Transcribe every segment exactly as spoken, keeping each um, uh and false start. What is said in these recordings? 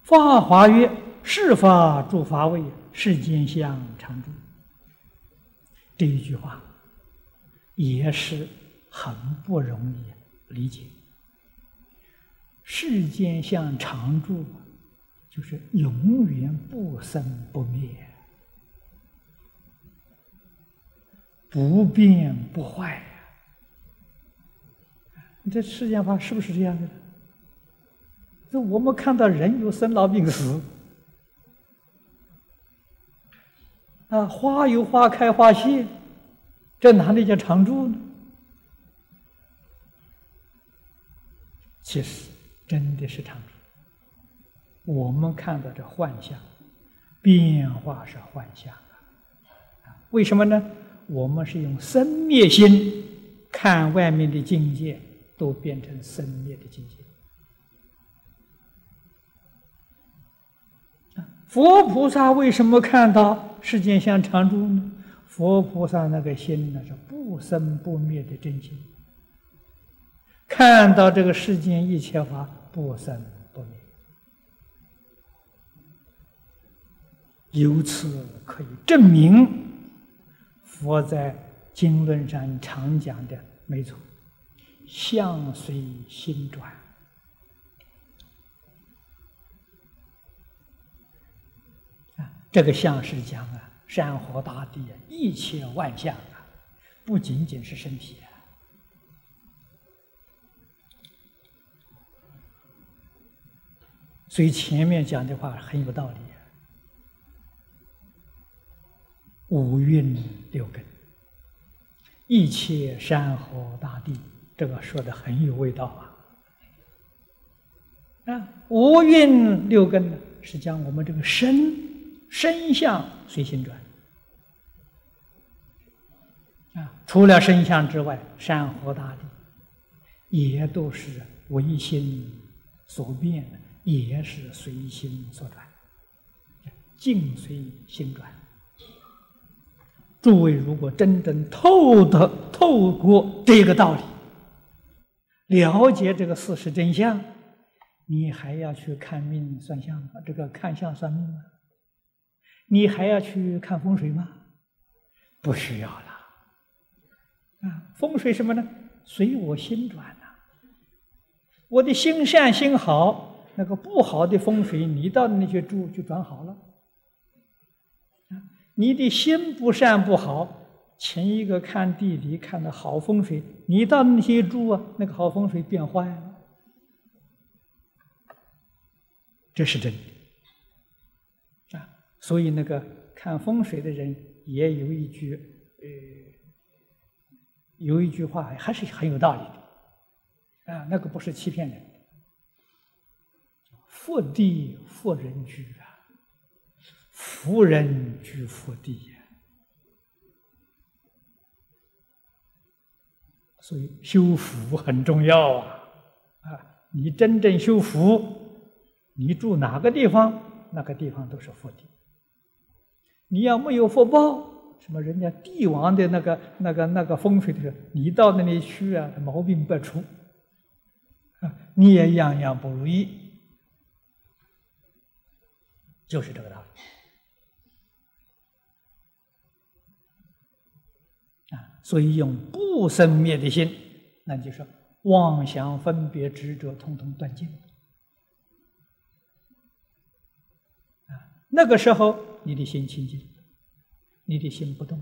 法华曰：是法诸法位，世间相常住。这一句话也是很不容易理解。世间相常住，就是永远不生不灭，不变不坏。这世间法是不是这样的？这我们看到人有生老病死，啊，花有花开花谢，这哪里叫常住呢？其实真的是常住。我们看到这幻象，变化是幻象啊。为什么呢？我们是用生灭心看外面的境界，都变成生灭的境界。佛菩萨为什么看到世间相常住呢？佛菩萨那个心呢，是不生不灭的真心，看到这个世间一切法不生不灭，由此可以证明佛在经论上常讲的没错，相随心转。这个相是讲啊，山河大地啊，一切万象啊，不仅仅是身体啊。所以前面讲的话很有道理啊。五蕴六根，一切山河大地，这个说的很有味道啊。啊，五蕴六根呢，是讲我们这个身。身相随心转啊，除了身相之外，山河大地也都是唯心所变的，也是随心所转，境随心转。诸位如果真正透得透过这个道理，了解这个事实真相，你还要去看命算相吗？这个看相算命吗？你还要去看风水吗？不需要了。啊，风水什么呢？随我心转呐、啊。我的心善心好，那个不好的风水，你到那里去住就转好了。啊，你的心不善不好，前一个看地理看的好风水，你到那些住啊，那个好风水变坏了，这是真的。所以那个看风水的人也有一句，呃，有一句话还是很有道理的，啊，那个不是欺骗人的。福地福人居啊，福人居福地呀。所以修福很重要啊，啊，你真正修福，你住哪个地方，那个地方都是福地。你要没有福报，什么人家帝王的那个、那个、那个风水的时候，你到那里去啊，毛病百出，啊，你也样样不如意，就是这个道理。啊，所以用不生灭的心，那就是妄想分别执着，统统断尽。啊，那个时候。你的心清净，你的心不动。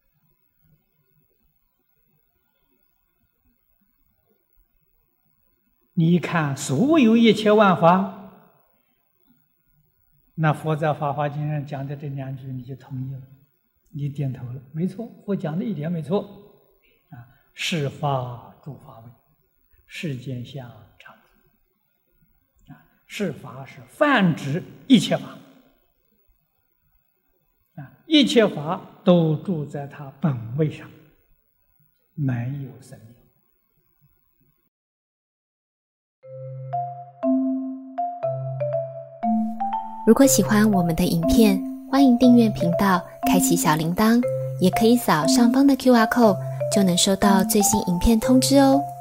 你看所有一切万法，那佛在《法华经》上讲的这两句，你就同意了，你点头了，没错，佛讲的一点没错。啊，是法诸法位，世间相常住。啊，是法是泛指一切法。一切法都住在它本位上，没有生命。 如果喜欢我们的影片，欢迎订阅频道，开启小铃铛，也可以扫上方的 Q R code，就能收到最新影片通知哦。